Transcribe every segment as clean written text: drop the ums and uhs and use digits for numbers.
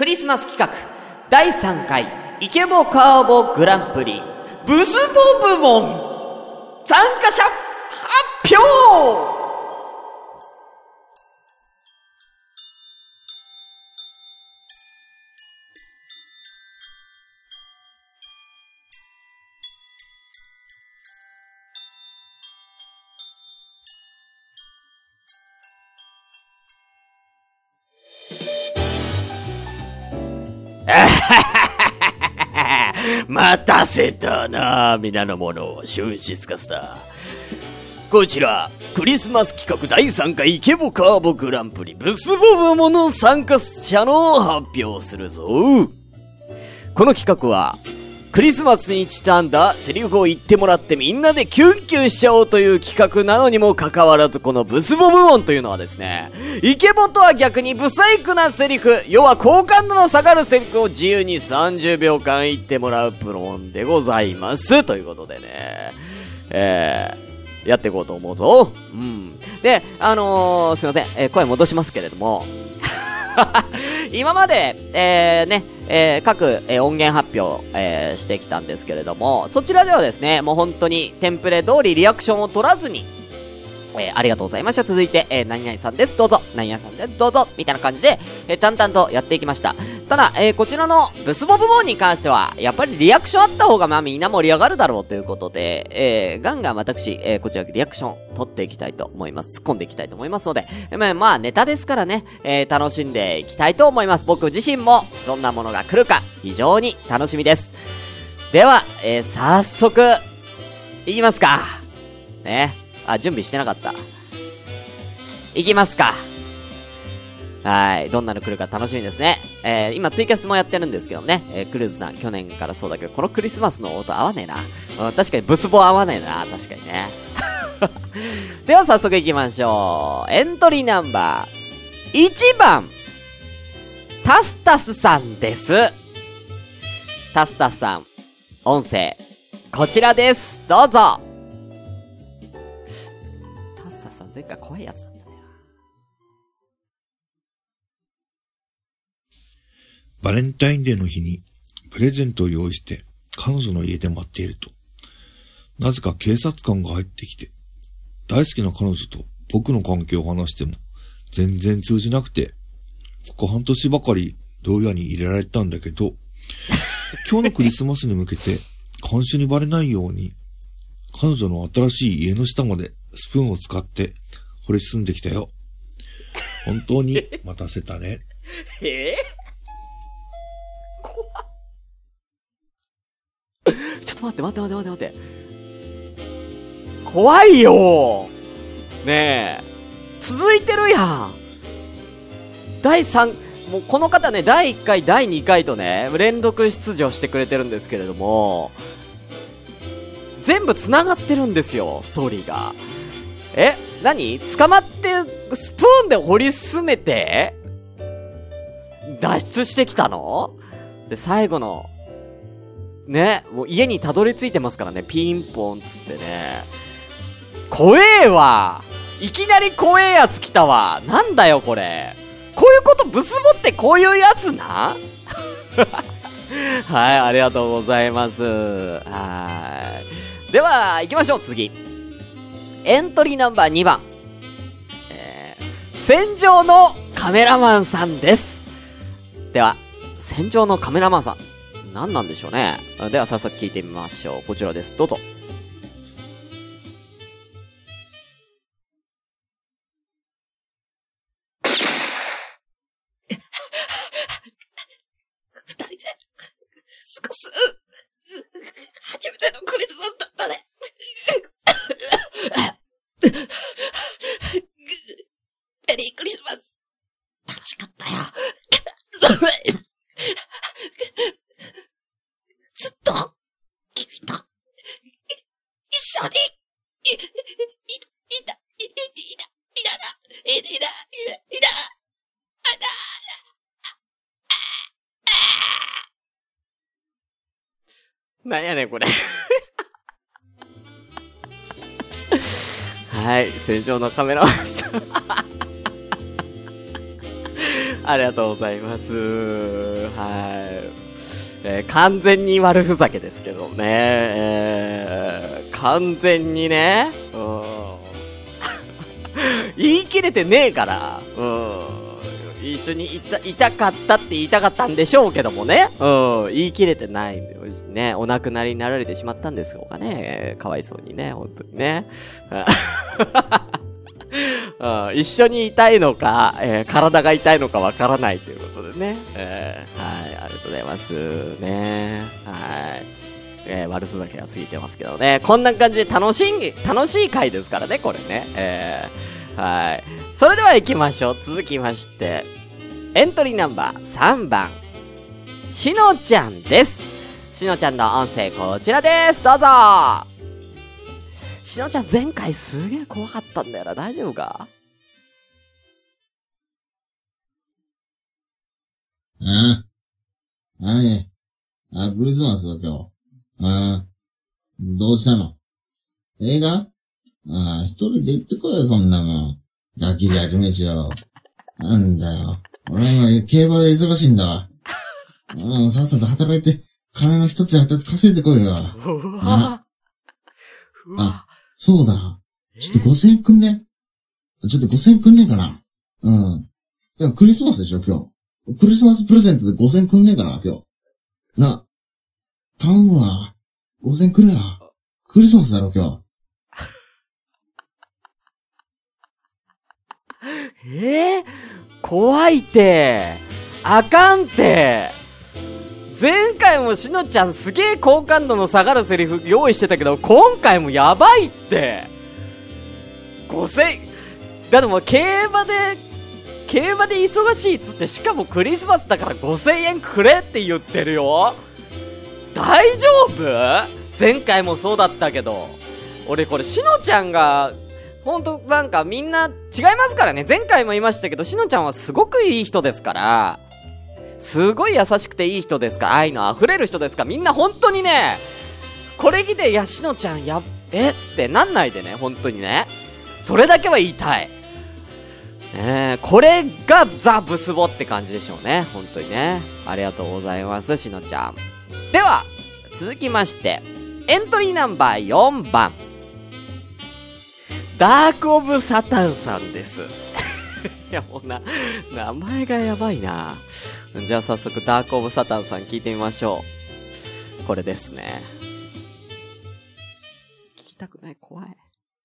リスマス企画第3回イケボカーボグランプリブスボ部門参加者発表。待たせたな皆の者、シュンシスカスだ。こちらクリスマス企画第3回イケボカーボグランプリブスボ部門の参加者の発表するぞ。この企画はクリスマスにちなんだセリフを言ってもらってみんなでキュンキュンしちゃおうという企画なのにもかかわらず、このブスボ部門というのはですね、イケボとは逆にブサイクなセリフ、要は好感度の下がるセリフを自由に30秒間言ってもらう部門でございますということでね、やっていこうと思うぞ。で、すいません、声戻しますけれども今まで、各、音源発表、してきたんですけれども、そちらではですね、もう本当にテンプレ通りリアクションを取らずに、ありがとうございました。続いて、何々さんです。どうぞ。何々さんです。どうぞ。みたいな感じで、淡々とやっていきました。ただ、こちらのブスボ部門に関しては、やっぱりリアクションあった方が、みんな盛り上がるだろうということで、ガンガン私、こちらリアクション取っていきたいと思います。突っ込んでいきたいと思いますので、ネタですからね、楽しんでいきたいと思います。僕自身も、どんなものが来るか、非常に楽しみです。では、早速、いきますか。準備してなかった。いきますか。はい。どんなの来るか楽しみですね。今ツイキャスもやってるんですけどね。クルーズさん、去年からそうだけど、このクリスマスの音合わねえな。確かにブスボ合わねえな。確かにね。では早速行きましょう。エントリーナンバー1番、タスタスさんです。タスタスさん、音声、こちらです。どうぞ。前回怖いやつだったね。 バレンタインデーの日にプレゼントを用意して彼女の家で待っていると、なぜか警察官が入ってきて、大好きな彼女と僕の関係を話しても全然通じなくて、ここ半年ばかり牢屋に入れられたんだけど、今日のクリスマスに向けて看守にバレないように、彼女の新しい家の下までスプーンを使って掘り進んできたよ。本当に待たせたね。 怖っ。ちょっと待って。怖いよ。ねえ。続いてるやん。第3、もうこの方ね、第1回、第2回とね、連続出場してくれてるんですけれども、全部繋がってるんですよ、ストーリーが。何？捕まってスプーンで掘り進めて脱出してきたの？で、最後のね、もう家にたどり着いてますからね、ピンポンつってね。怖えわ。いきなり怖えやつ来たわ。なんだよこれ。こういうことブスボってこういうやつなはい、ありがとうございます。はい。では、行きましょう、次。エントリーナンバー2番。戦場のカメラマンさんです。では、戦場のカメラマンさん。何なんでしょうね。では、早速聞いてみましょう。こちらです。どうぞ。二人で、少し、初めてのクリスマスだったね。メリークリスマス。楽しかったよ。ずっと、君と、一緒に、なんやねんこれ。はい、戦場のカメラマンさん。 ありがとうございます。はい。完全に悪ふざけですけどね。完全にね。言い切れてねえから。一緒にいたかったって言いたかったんでしょうけどもね。言い切れてないんですね。お亡くなりになられてしまったんでしょうかね。かわいそうにね、本当にね。一緒にいたいのか、体が痛いのかわからないということでね。はい、ありがとうございますね。はい。悪ふざけが過ぎてますけどね。こんな感じで楽しい回ですからね、これね。はい。それでは行きましょう。続きまして、エントリーナンバー3番、しのちゃんです。しのちゃんの音声こちらです。どうぞ。しのちゃん前回すげえ怖かったんだよな。大丈夫か？ クリスマスだ今日。どうしたの？映画？一人で行ってこいよ、そんなもん。ガキじゃくめしよ。なんだよ。俺は今、競馬で忙しいんだわ。さっさと働いて、金の一つや二つ稼いでこいよ。そうだ。ちょっと5000円くんね。ちょっと5000円くんねえかな。いや、クリスマスでしょ、今日。クリスマスプレゼントで5000円くんねえかな、今日。頼むわ。5000円くれな。クリスマスだろ、今日。 怖いって。あかんって。前回もしのちゃんすげえ好感度の下がるセリフ用意してたけど、今回もやばいって。5000、だってもう競馬で忙しいっつって、しかもクリスマスだから5000円くれって言ってるよ。大丈夫？前回もそうだったけど。俺これしのちゃんが、ほんとなんかみんな違いますからね。前回も言いましたけど、しのちゃんはすごくいい人ですから。すごい優しくていい人ですから。愛の溢れる人ですから。みんな本当にね、これ着て、いや、しのちゃんってなんないでね、本当にね。それだけは言いたい。これがザ・ブスボって感じでしょうね。本当にね。ありがとうございます、しのちゃん。では、続きまして、エントリーナンバー4番。ダークオブサタンさんです。いやもう名前がやばいな。じゃあ早速ダークオブサタンさん聞いてみましょう。これですね。聞きたくない、怖い。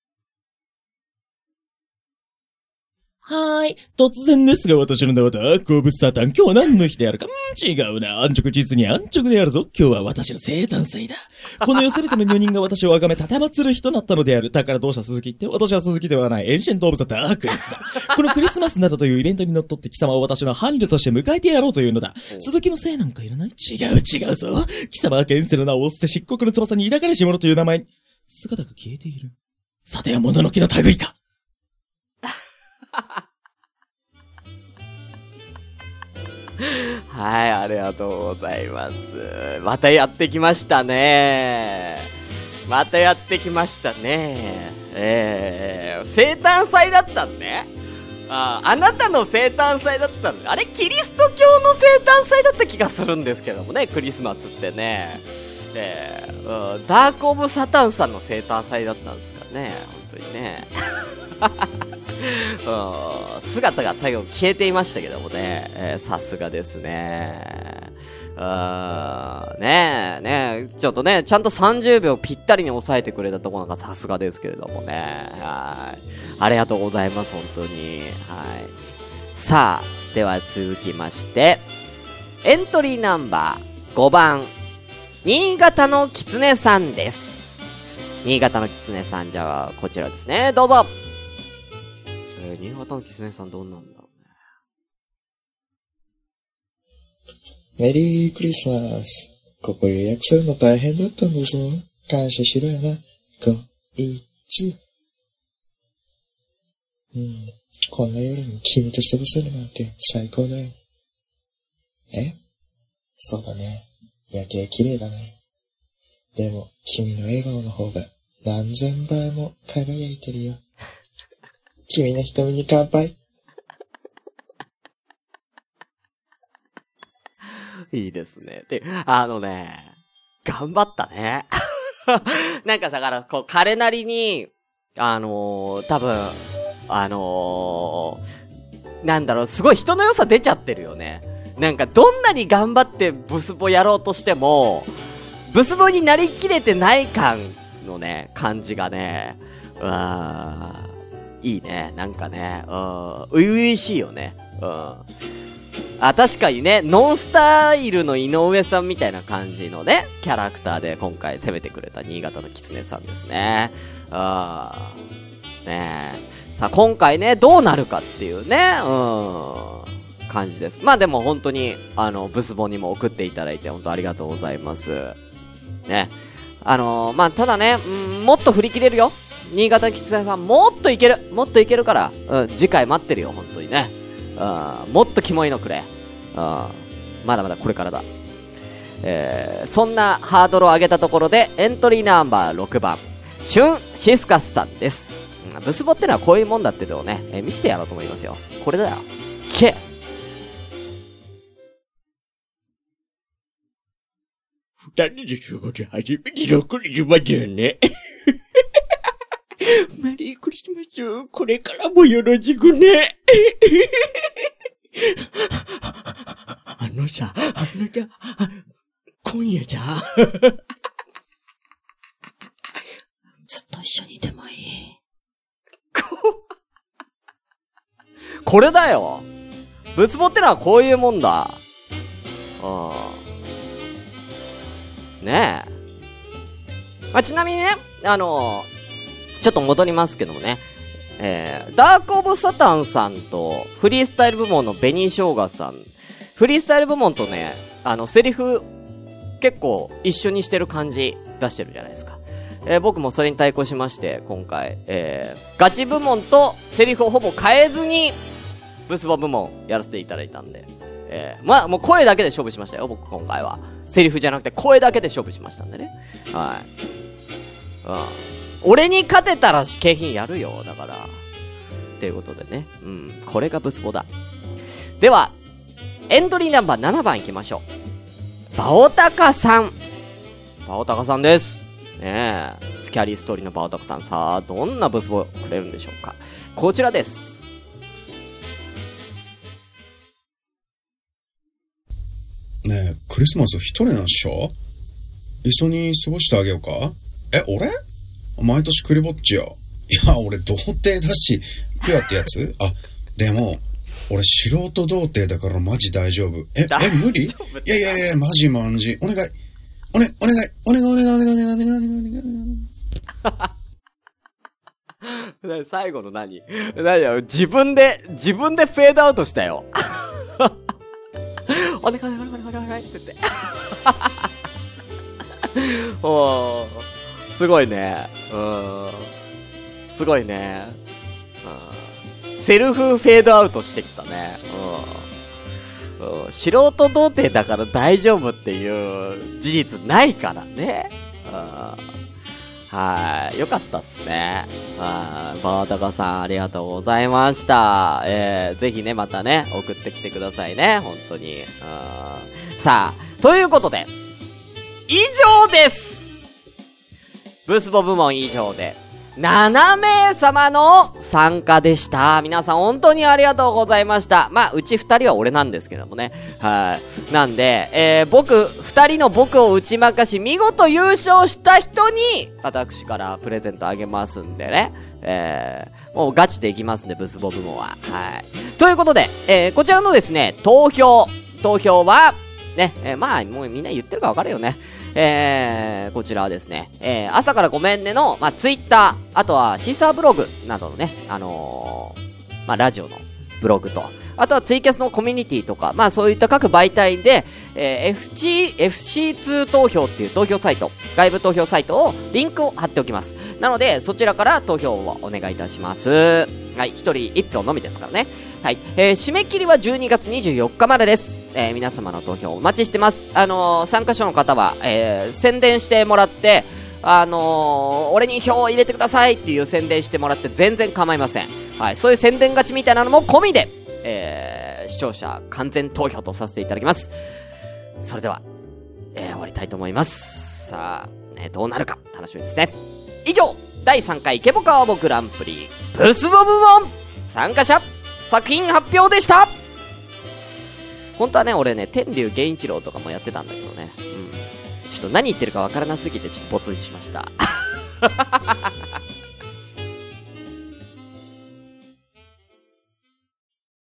はーい。突然ですが、私の名はダークオブサタン。今日は何の日であるか違うな。安直実に安直であるぞ。今日は私の生誕祭だ。この世すべての女人が私を崇め、立てまつる日となったのである。だからどうした鈴木って、私は鈴木ではない。エンシェントオブザダークですだ。このクリスマスなどというイベントにのっとって貴様を私の伴侶として迎えてやろうというのだ。鈴木のせいなんかいらない？違うぞ。貴様は現世の名を捨て漆黒の翼に抱かれし者という名前に、姿が消えている。さては物の気の類か。 はい、ありがとうございます。またやってきましたね。生誕祭だったんね。あなたの生誕祭だったんだ。あれ、キリスト教の生誕祭だった気がするんですけどもね、クリスマスってね。ダークオブサタンさんの生誕祭だったんですかね、本当にね。姿が最後消えていましたけどもね、さすがですね。ちょっとね、ちゃんと30秒ぴったりに抑えてくれたところがさすがですけれどもね。はい。ありがとうございます、本当に。はい。さあ、では続きまして、エントリーナンバー5番、新潟のキツネさんです。新潟のキツネさん、じゃあ、こちらですね。どうぞ。新潟のキツネさんどんなんだろうね。 メリークリスマス。ここ予約するの大変だったんだぞ。感謝しろよな。こいつ。こんな夜に君と過ごせるなんて最高だよ。そうだね。夜景綺麗だね。でも、君の笑顔の方が何千倍も輝いてるよ。君の瞳に乾杯。 いいですね。で、頑張ったね。なんかさ、から、こう、彼なりに、多分、なんだろう、すごい人の良さ出ちゃってるよね。なんか、どんなに頑張ってブスボやろうとしても、ブスボになりきれてない感のね、感じがね、いいね。なんかね、初々しいよね。確かにね、ノンスタイルの井上さんみたいな感じのね、キャラクターで今回攻めてくれた新潟のキツネさんですね。ねえ。さあ、今回ね、どうなるかっていうね、感じです。まあでも本当に、ブスボにも送っていただいて本当ありがとうございます。ね。まあただね、もっと振り切れるよ。新潟のキツネさん、もっといけるから、次回待ってるよ、本当にね。もっとキモいのくれ。まだまだこれからだ。そんなハードルを上げたところで、エントリーナンバー6番、シュン・シスカスさんです。ブスボってのはこういうもんだってのをね、見せてやろうと思いますよ。これだよ。け二人で仕事初めてのクリスマスよね。メリークリスマス、これからもよろしくね。今夜じゃ。 ずっと一緒にいてもいい。これだよ。ブツボってのはこういうもんだ。ねえ。まあ、ちなみにね、ちょっと戻りますけどもね。ダークオブサタンさんとフリースタイル部門の紅生姜さん。フリースタイル部門とね、セリフ結構一緒にしてる感じ出してるじゃないですか。僕もそれに対抗しまして、今回、ガチ部門とセリフをほぼ変えずに、ブスボ部門やらせていただいたんで、まあ、もう声だけで勝負しましたよ、僕今回は。セリフじゃなくて声だけで勝負しましたんでね。はい。俺に勝てたら景品やるよ、だから。っていうことでね。これがブスボだ。では、エントリーナンバー7番いきましょう。バオタカさん。バオタカさんです。ねえ。スキャリーストーリーのバオタカさん。さあ、どんなブスボくれるんでしょうか。こちらです。 ねえ、クリスマス一人なんっしょ？一緒に過ごしてあげようか？俺？毎年クリぼっちよ。いや、俺童貞だし、ピュアってやつ？でも、俺素人童貞だからマジ大丈夫。無理？いや、マジ。お願い。お願い。 最後の何や、自分でフェードアウトしたよ。お願いって言って。すごいね。すごいね。セルフフェードアウトしてきたね。素人童貞だから大丈夫っていう事実ないからね。はい。よかったっすね。バータカさんありがとうございました。ぜひね、またね、送ってきてくださいね。本当に。さあ、ということで、以上です。ブスボ部門以上で、7名様の参加でした。皆さん本当にありがとうございました。まあ、うち2人は俺なんですけどもね。はい。なんで、2人の僕を打ち負かし、見事優勝した人に、私からプレゼントあげますんでね。もうガチでいきますんで、ブスボ部門は。はい。ということで、こちらのですね、投票は、ね、まあ、もうみんな言ってるかわかるよね。こちらはですね、朝からごめんねの、まあ、ツイッター、あとはシーサーブログなどのね、まあ、ラジオのブログと、あとはツイキャスのコミュニティとか、まあ、そういった各媒体で、FC2 投票っていう投票サイト、外部投票サイトを、リンクを貼っておきます。なので、そちらから投票をお願いいたします。はい、一人一票のみですからね。はい、締め切りは12月24日までです。皆様の投票お待ちしてます。参加者の方は、宣伝してもらって、俺に票を入れてくださいっていう宣伝してもらって全然構いません。はい、そういう宣伝勝ちみたいなのも込みで、視聴者完全投票とさせていただきます。 それでは、終わりたいと思います。さあ、どうなるか楽しみですね。以上、第3回イケボカーボグランプリブスボ部門参加者作品発表でした。本当はね、俺ね、天竜源一郎とかもやってたんだけどね。ちょっと何言ってるかわからなすぎてちょっとボツにしました。